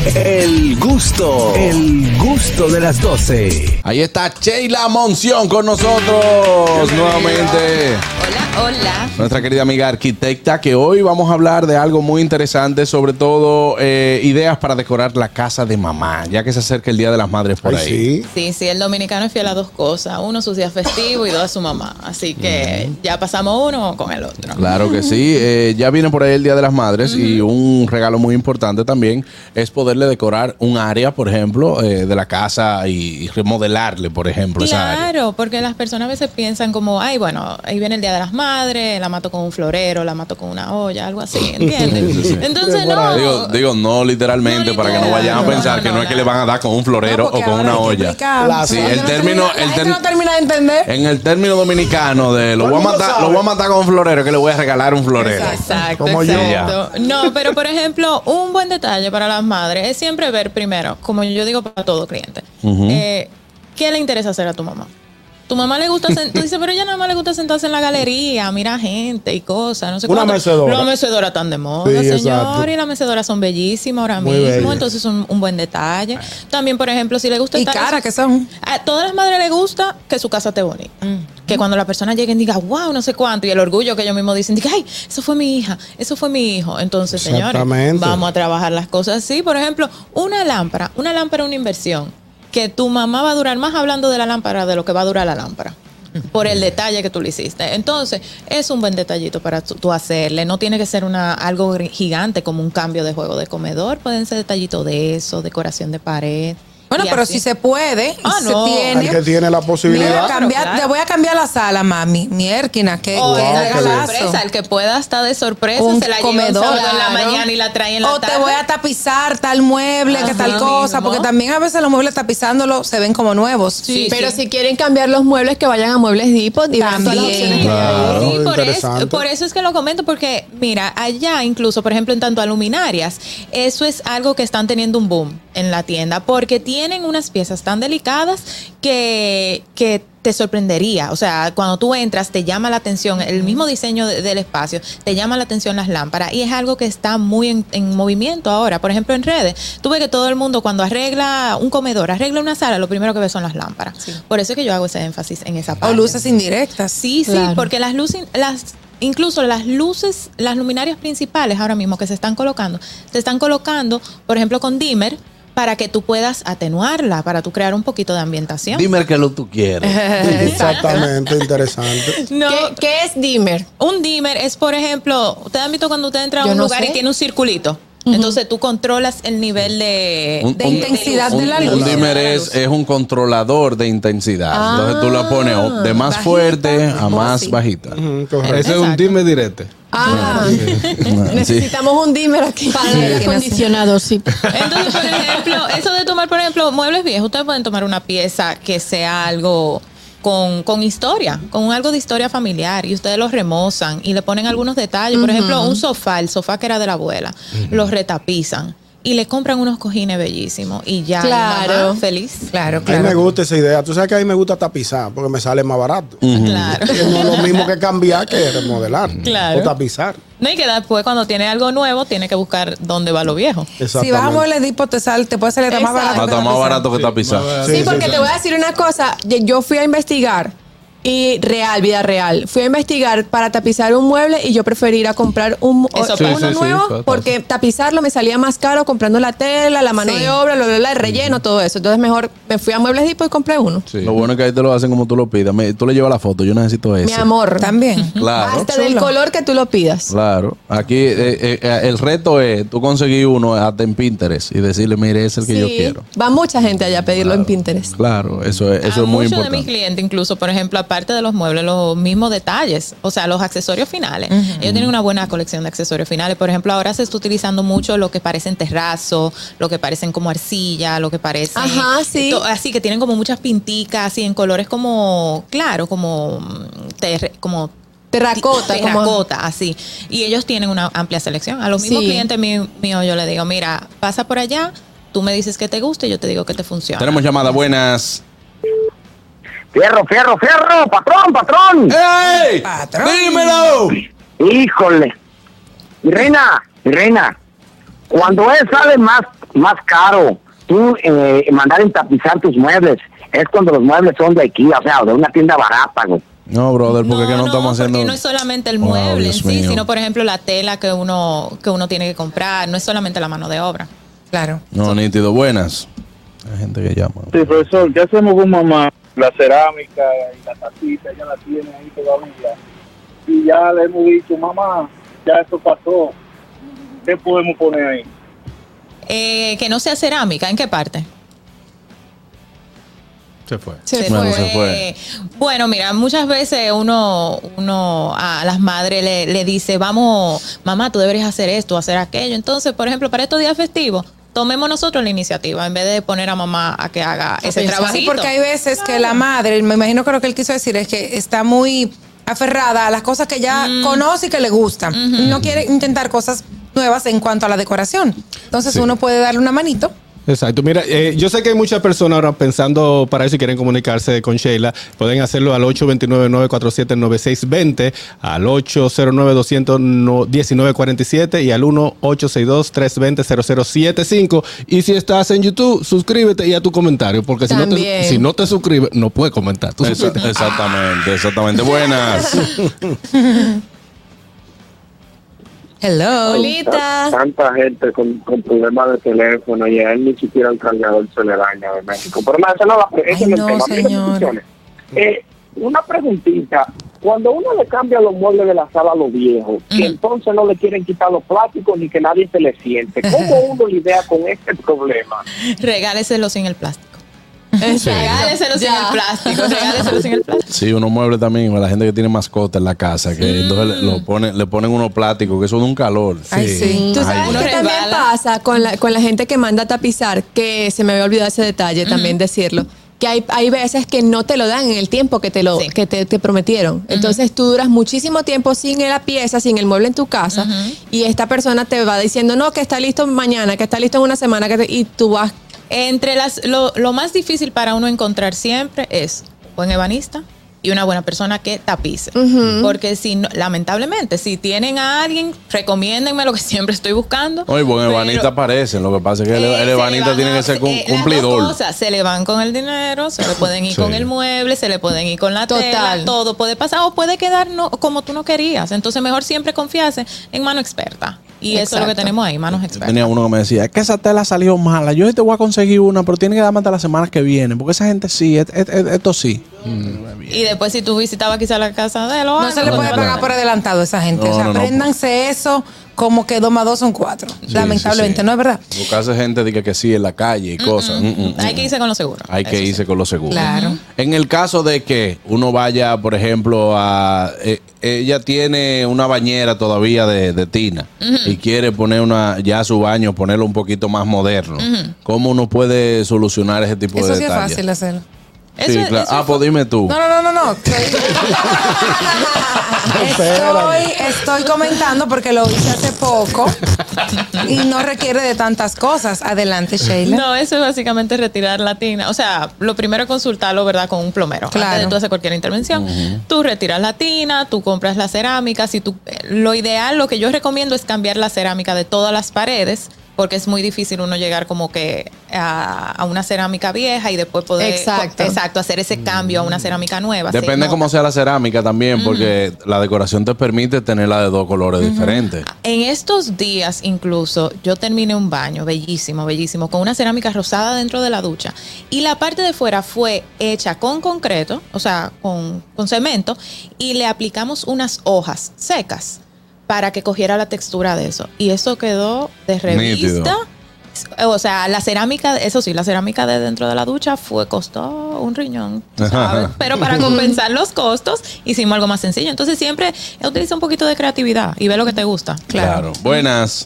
El gusto de las 12. Ahí está Sheila Monción con nosotros nuevamente. Hola. Nuestra querida amiga arquitecta, que hoy vamos a hablar de algo muy interesante, sobre todo ideas para decorar la casa de mamá, ya que se acerca el Día de las Madres por ahí. Sí, el dominicano es fiel a dos cosas. Uno, sus días festivos, y dos, a su mamá. Así que ya pasamos uno con el otro. Claro que sí. Ya viene por ahí el Día de las Madres y un regalo muy importante también es poderle decorar un área, por ejemplo, de la casa y remodelarle, por ejemplo, esa área. Claro, porque las personas a veces piensan como, ay, bueno, ahí viene el Día de las Madres, la mato con un florero, la mato con una olla, algo así, ¿entiendes? Sí. Entonces, no. Digo, no literalmente, para que no vayan a pensar que no es que le van a dar con un florero o con una olla. Sí, el término no termina de entender. En el término dominicano de lo voy a matar con un florero, que le voy a regalar un florero. Exacto. No, pero por ejemplo, un buen detalle para las madres es siempre ver primero, como yo digo para todo cliente, ¿qué le interesa hacer a tu mamá? Tu mamá le gusta, tú dices, pero ella nada más le gusta sentarse en la galería, mira gente y cosas, no sé una cuánto. mecedora. Las mecedoras están de moda, Sí, señor, exacto. y las mecedoras son bellísimas ahora Muy mismo, bellas. entonces son un buen detalle. También, por ejemplo, si le gusta Y estar cara que son. a todas las madres les gusta que su casa esté bonita. Que cuando la persona llegue y diga, wow, no sé cuánto, y el orgullo que ellos mismos dicen, diga, ay, eso fue mi hija, eso fue mi hijo. Entonces, señores, Exactamente. vamos a trabajar las cosas así. Por ejemplo, una lámpara es una inversión que tu mamá va a durar más hablando de la lámpara de lo que va a durar la lámpara. Por el detalle que tú le hiciste. Entonces, es un buen detallito para tú hacerle. No tiene que ser algo gigante como un cambio de juego de comedor. Pueden ser detallitos de eso, decoración de pared. Bueno, y pero así. si se puede, Ah, y no. se tiene. El que tiene la posibilidad. Te voy a cambiar la sala, mami. Mi Erkina, que O Wow, es de qué bien. sorpresa, el que pueda estar de sorpresa, Un se la lleva comedor, un sábado en la claro. mañana y la trae en la O tarde. te voy a tapizar tal mueble, que Así tal cosa. mismo. Porque también a veces los muebles tapizándolo se ven como nuevos. Sí, Pero sí. si quieren cambiar los muebles, que vayan a Muebles Depot y vean todas las También. opciones que hay ahí. Claro, Sí, interesante. por eso es que lo comento, porque mira, allá incluso, por ejemplo, en tanto a luminarias, eso es algo que están teniendo un boom en la tienda, porque tienen unas piezas tan delicadas que te sorprendería. O sea, cuando tú entras, te llama la atención, el mismo diseño del espacio, te llama la atención las lámparas, y es algo que está muy en movimiento ahora. Por ejemplo, en redes, tú ves que todo el mundo cuando arregla un comedor, arregla una sala, lo primero que ve son las lámparas. Sí. Por eso es que yo hago ese énfasis en esa parte. O luces indirectas. Sí, Claro. porque incluso las luces, las luminarias principales ahora mismo que se están colocando, por ejemplo, con dimmer, para que tú puedas atenuarla, para tú crear un poquito de ambientación. Dime que lo tú quieres. Exactamente, interesante. No, ¿Qué es dimmer? un dimmer es, por ejemplo, ustedes han visto cuando usted entra a Yo un no lugar sé. y tiene un circulito. Entonces tú controlas el nivel de intensidad de la Un luz. dimmer es un controlador de intensidad. Entonces tú la pones de más Bajita, fuerte a más sí. bajita. Correcto. Ese es un dime directo. Necesitamos un dimmer aquí. Para el aire acondicionado, sí. Entonces, por ejemplo, eso de tomar, por ejemplo, muebles viejos, ustedes pueden tomar una pieza que sea algo con historia, con algo de historia familiar, y ustedes lo remozan y le ponen algunos detalles. Por ejemplo, un sofá, el sofá que era de la abuela, lo retapizan y le compran unos cojines bellísimos y ya, Claro. la mamá feliz. Claro, A mí me claro. gusta esa idea. Tú sabes que a mí me gusta tapizar porque me sale más barato. Claro. Que no es lo mismo que cambiar que remodelar Claro. o tapizar. No, y que después cuando tiene algo nuevo, tiene que buscar dónde va lo viejo. Si vas a Exactamente. Muebles Depot, te puede salir hasta más Exacto. barato. Hasta más barato que tapizar. Sí, porque te voy a decir una cosa. Yo fui a investigar y vida real. Fui a investigar para tapizar un mueble y yo preferí ir a comprar uno Sí, nuevo sí, porque tapizarlo me salía más caro comprando la tela, la mano Sí. de obra, el relleno, todo eso. Entonces mejor me fui a Muebles Depot y compré uno. Sí. Lo bueno es que ahí te lo hacen como tú lo pidas. Tú le llevas la foto, yo necesito ese. Mi amor. También. Claro, Hasta del Chulo. color que tú lo pidas. claro. Aquí el reto es tú conseguir uno hasta en Pinterest y decirle, mire, ese es el que yo quiero. Va mucha gente allá a pedirlo en Pinterest. Claro, eso es A muy muchos de mis importante. clientes, incluso, por ejemplo, aparte de los muebles, los mismos detalles, o sea, los accesorios finales. Ellos tienen una buena colección de accesorios finales. Por ejemplo, ahora se está utilizando mucho lo que parecen terrazos, lo que parecen como arcilla, lo que parecen... Ajá, sí. Así que tienen como muchas pinticas, así en colores como, claro, como Terracota. terracota, así. Y ellos tienen una amplia selección. A los mismos Sí. clientes míos yo les digo, mira, pasa por allá, tú me dices que te gusta y yo te digo que te funciona. Tenemos llamada, buenas. Fierro, patrón. ¡Ey! Patrón. ¡Dímelo! Híjole. Mi reina, cuando él sale más más caro tú mandar tapizar tus muebles es cuando los muebles son de IKEA, o sea, de una tienda barata, güey. No, brother, porque no estamos haciendo. Porque no es solamente el Wow, mueble en Dios sí, mío. sino por ejemplo la tela que uno tiene que comprar, no es solamente la mano de obra. Claro. No, nítido. Buenas. Hay gente que llama. Sí, profesor, ¿qué hacemos con mamá? La cerámica y la tacita, ella la tiene ahí todavía. Y ya le hemos dicho, mamá, ya eso pasó. ¿Qué podemos poner ahí? Que no sea cerámica, ¿en qué parte? Se fue. Bueno, se fue. Bueno, mira, muchas veces uno a las madres le dice, vamos, mamá, tú deberías hacer esto, hacer aquello. Entonces, por ejemplo, para estos días festivos, tomemos nosotros la iniciativa en vez de poner a mamá a que haga ese trabajo. Sí, porque hay veces que la madre, me imagino que lo que él quiso decir es que está muy aferrada a las cosas que ya conoce y que le gustan. No quiere intentar cosas nuevas en cuanto a la decoración. Entonces uno puede darle una manito. Exacto. Mira, yo sé que hay muchas personas ahora pensando para eso y quieren comunicarse con Sheila. Pueden hacerlo al 829-947-9620, al 809-219-47 y al 1-862-320-0075. Y si estás en YouTube, suscríbete y a tu comentario, porque si no te suscribes, no puedes comentar. Tú suscríbete. Exactamente. Buenas. Hello. Olita. Tanta gente con problemas de teléfono y a él ni siquiera el cargador se le daña de México. Pero nada, ese no es el tema. Señor. Una preguntita. Cuando uno le cambia los muebles de la sala a los viejos, que entonces no le quieren quitar los plásticos ni que nadie se le siente, ¿cómo uno lidia con este problema? Regáleselo sin el plástico. Regáleselo sin el plástico. Regáleselo sin el plástico. Sí, unos muebles también, a la gente que tiene mascota en la casa, que entonces le ponen unos plásticos, que eso da un calor. Ay, sí. Tú sabes Uno que también resbala. pasa con la gente que manda a tapizar, que se me había olvidado ese detalle también decirlo, que hay veces que no te lo dan en el tiempo que te prometieron. Entonces tú duras muchísimo tiempo sin la pieza, sin el mueble en tu casa, y esta persona te va diciendo, no, que está listo mañana, que está listo en una semana, y tú vas. Lo más difícil para uno encontrar siempre es un buen ebanista y una buena persona que tapice. Porque si no, lamentablemente, si tienen a alguien, recomiéndenme lo que siempre estoy buscando. Oye, buen ebanista aparecen. Lo que pasa es que el ebanista tiene que ser cumplidor. Las dos cosas, se le van con el dinero, se le pueden ir con el mueble, se le pueden ir con la tela, todo puede pasar o puede quedar como tú no querías. Entonces mejor siempre confiarse en mano experta. Y eso es lo que tenemos ahí, manos expertas. Tenía uno que me decía, es que esa tela salió mala. Yo te voy a conseguir una, pero tiene que darme hasta la semana que viene. Porque esa gente sí, esto sí. Y después si tú visitabas quizá la casa de él o No algo, se le puede pagar por adelantado a esa gente. O sea, apréndanse eso como que 2 más 2 son 4. Lamentablemente, ¿no es verdad? Buscarse gente dice que sí en la calle y cosas. Hay que irse con lo seguro. Hay que irse con lo seguro. Claro. En el caso de que uno vaya, por ejemplo, ella tiene una bañera todavía de tina y quiere poner ya su baño, ponerlo un poquito más moderno. ¿Cómo uno puede solucionar ese tipo Eso de sí es detalles? fácil hacerlo. Sí, claro. Pues dime tú. No. Estoy comentando porque lo hice hace poco y no requiere de tantas cosas. Adelante, Sheila. No, eso es básicamente retirar la tina. O sea, lo primero es consultarlo, ¿verdad? Con un plomero. Claro. Antes de tú hacer cualquier intervención. Tú retiras la tina, tú compras la cerámica. Lo ideal, lo que yo recomiendo es cambiar la cerámica de todas las paredes, porque es muy difícil uno llegar como que a una cerámica vieja y después poder hacer ese cambio a una cerámica nueva. Depende cómo sea la cerámica también, porque la decoración te permite tenerla de 2 colores diferentes. En estos días incluso yo terminé un baño bellísimo, con una cerámica rosada dentro de la ducha y la parte de fuera fue hecha con concreto, o sea, con cemento, y le aplicamos unas hojas secas para que cogiera la textura de eso. Y eso quedó de revista. Nítido. O sea, la cerámica, eso sí, la cerámica de dentro de la ducha costó un riñón, ¿sabes? Pero para compensar los costos, hicimos algo más sencillo. Entonces siempre utiliza un poquito de creatividad y ve lo que te gusta. Claro. Buenas.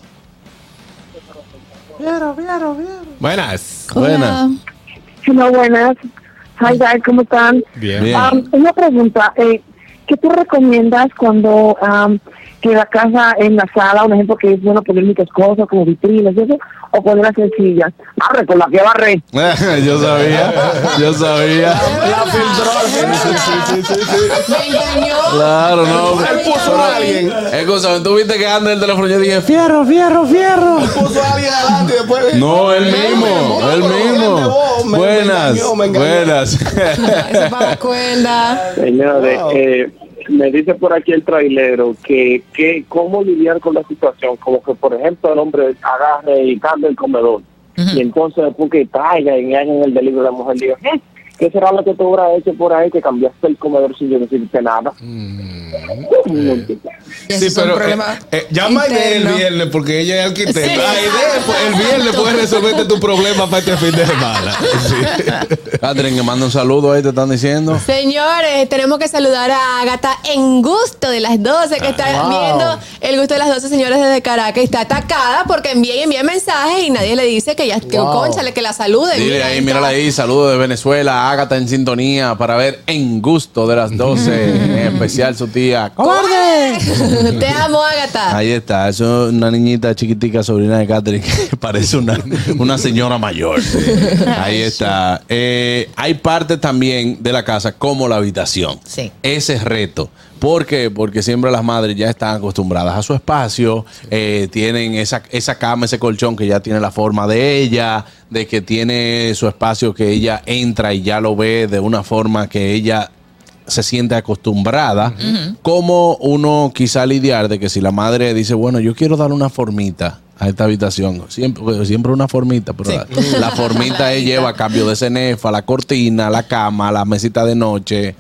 Buenas. Buenas. Hola, buenas. Hi, guys, ¿cómo están? Bien. Bien. Una pregunta. ¿Qué tú recomiendas cuando que la casa en la sala, un ejemplo, que es bueno poner muchas cosas como vitrinas y eso, o ponerlas sencillas. Barre con la que barre. Yo sabía. La filtró. Sí. Me engañó. Claro, no. Él puso a alguien. Escúchame, tú viste que anda el teléfono. Yo dije, fierro. Puso a alguien adelante y después. No, él mismo. Buenas. Eso para cuenta. Señores, me dice por aquí el trailero que cómo lidiar con la situación, como que por ejemplo el hombre agarre y cambie el comedor, y entonces después que traiga y hagan el delivery, la mujer diga, ¿qué será lo que tú habrás hecho por ahí que cambiaste el comedor sin yo decirte nada? Sí, pero llama a Aide el viernes porque ella es arquitecta. Sí, Aide, el viernes puede resolverte tu problema para este fin de semana. Sí. Catherine, que manda un saludo ahí, te están diciendo. Señores, tenemos que saludar a Ágata en Gusto de las 12, que está viendo el Gusto de las 12, señores, desde Caracas. Está atacada porque envía mensajes y nadie le dice que cónchale, que la salude. Dile ahí, mírala ahí, saludos de Venezuela. Ágata en sintonía para ver en Gusto de las 12, en especial su tía. ¡Cobarde! Te amo, Ágata. Ahí está, eso es una niñita chiquitica, sobrina de Catherine, que parece una señora mayor. Sí. Ahí está. Hay partes también de la casa, como la habitación. Sí. Ese es reto. ¿Por qué? Porque siempre las madres ya están acostumbradas a su espacio, tienen esa cama, ese colchón que ya tiene la forma de ella, de que tiene su espacio que ella entra y ya lo ve de una forma que ella se siente acostumbrada. Como uno quizá lidiar de que si la madre dice, bueno, yo quiero dar una formita a esta habitación, siempre una formita, pero sí. la formita lleva cambio de cenefa, la cortina, la cama, la mesita de noche,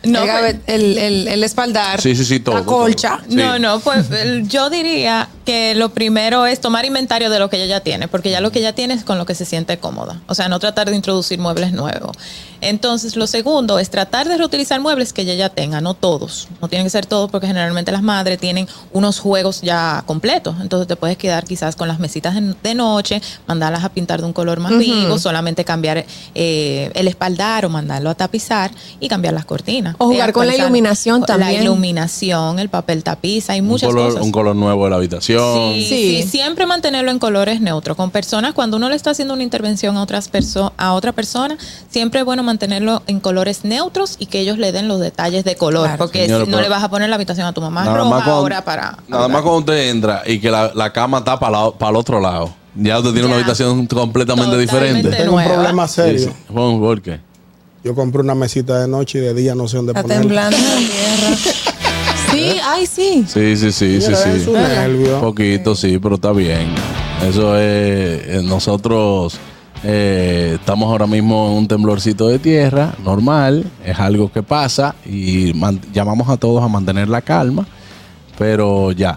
el espaldar, sí, todo, la colcha. todo. No, pues yo diría que lo primero es tomar inventario de lo que ella ya tiene, porque ya lo que ella tiene es con lo que se siente cómoda. O sea, no tratar de introducir muebles nuevos. Entonces, lo segundo es tratar de reutilizar muebles que ella ya tenga, no todos. No tienen que ser todos porque generalmente las madres tienen unos juegos ya completos. Entonces, te puedes quedar quizás con las mesitas de noche, mandarlas a pintar de un color más vivo, solamente cambiar el espaldar o mandarlo a tapizar y cambiar las cortinas. O jugar con la iluminación también. La iluminación, el papel tapiza, hay muchas cosas. Un color nuevo de la habitación. Sí, siempre mantenerlo en colores neutros. Con personas, cuando uno le está haciendo una intervención a otra persona, siempre es bueno mantenerlo en colores neutros y que ellos le den los detalles de color. Claro. Porque señor, si no le vas a poner la habitación a tu mamá roja ahora para... Nada más cuando usted entra y que la cama está para el otro lado, ya usted tiene una habitación completamente diferente. Tengo un problema serio. Sí. ¿Por qué? Yo compré una mesita de noche y de día no sé dónde ponerla. Está temblando la tierra. Sí, ay, sí. Sí. Es un nervio. Un poquito, sí, pero está bien. Eso es... Nosotros estamos ahora mismo en un temblorcito de tierra, normal. Es algo que pasa y llamamos a todos a mantener la calma. Pero ya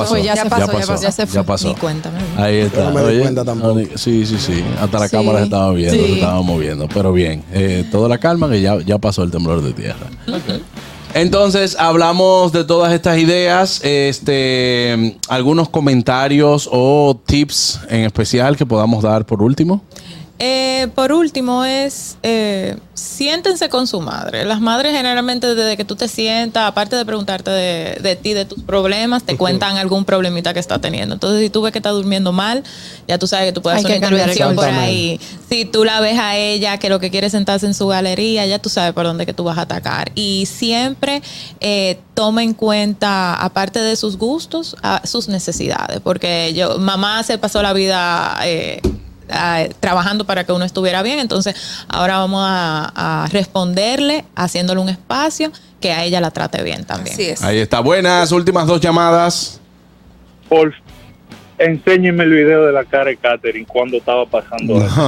pasó. Ni cuenta, ahí está. Yo no me di cuenta tampoco. Sí. Hasta la cámara se estaba viendo, se estaba moviendo. Pero bien, toda la calma que ya pasó el temblor de tierra. Okay. Entonces, hablamos de todas estas ideas, algunos comentarios o tips en especial que podamos dar por último. Por último es siéntense con su madre. Las madres generalmente desde que tú te sientas, aparte de preguntarte de ti, de tus problemas, te cuentan algún problemita que está teniendo. Entonces, si tú ves que está durmiendo mal, ya tú sabes que tú puedes hacer una intervención por ahí. Si tú la ves a ella que lo que quiere es sentarse en su galería, ya tú sabes por dónde que tú vas a atacar. Y siempre toma en cuenta, aparte de sus gustos, sus necesidades. Porque mamá se pasó la vida... trabajando para que uno estuviera bien, entonces ahora vamos a responderle haciéndole un espacio que a ella la trate bien también. Así es. Ahí está, buenas, últimas 2 llamadas. Enséñeme el video de la cara de Catherine cuando estaba pasando eso.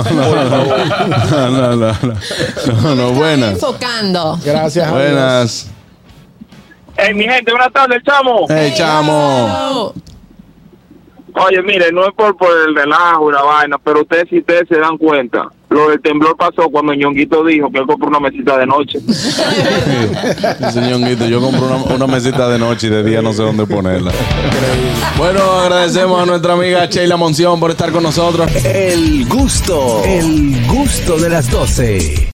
No, buenas. Enfocando. Gracias. Buenas. Mi gente, buenas tardes, chamo. Hey, chamo. Oye, mire, no es por el relajo y la vaina, pero ustedes se dan cuenta, lo del temblor pasó cuando Ñonguito dijo que él compró una mesita de noche. Sí, Ñonguito, yo compré una mesita de noche y de día no sé dónde ponerla. Bueno, agradecemos a nuestra amiga Sheila Monción por estar con nosotros. El gusto de las 12.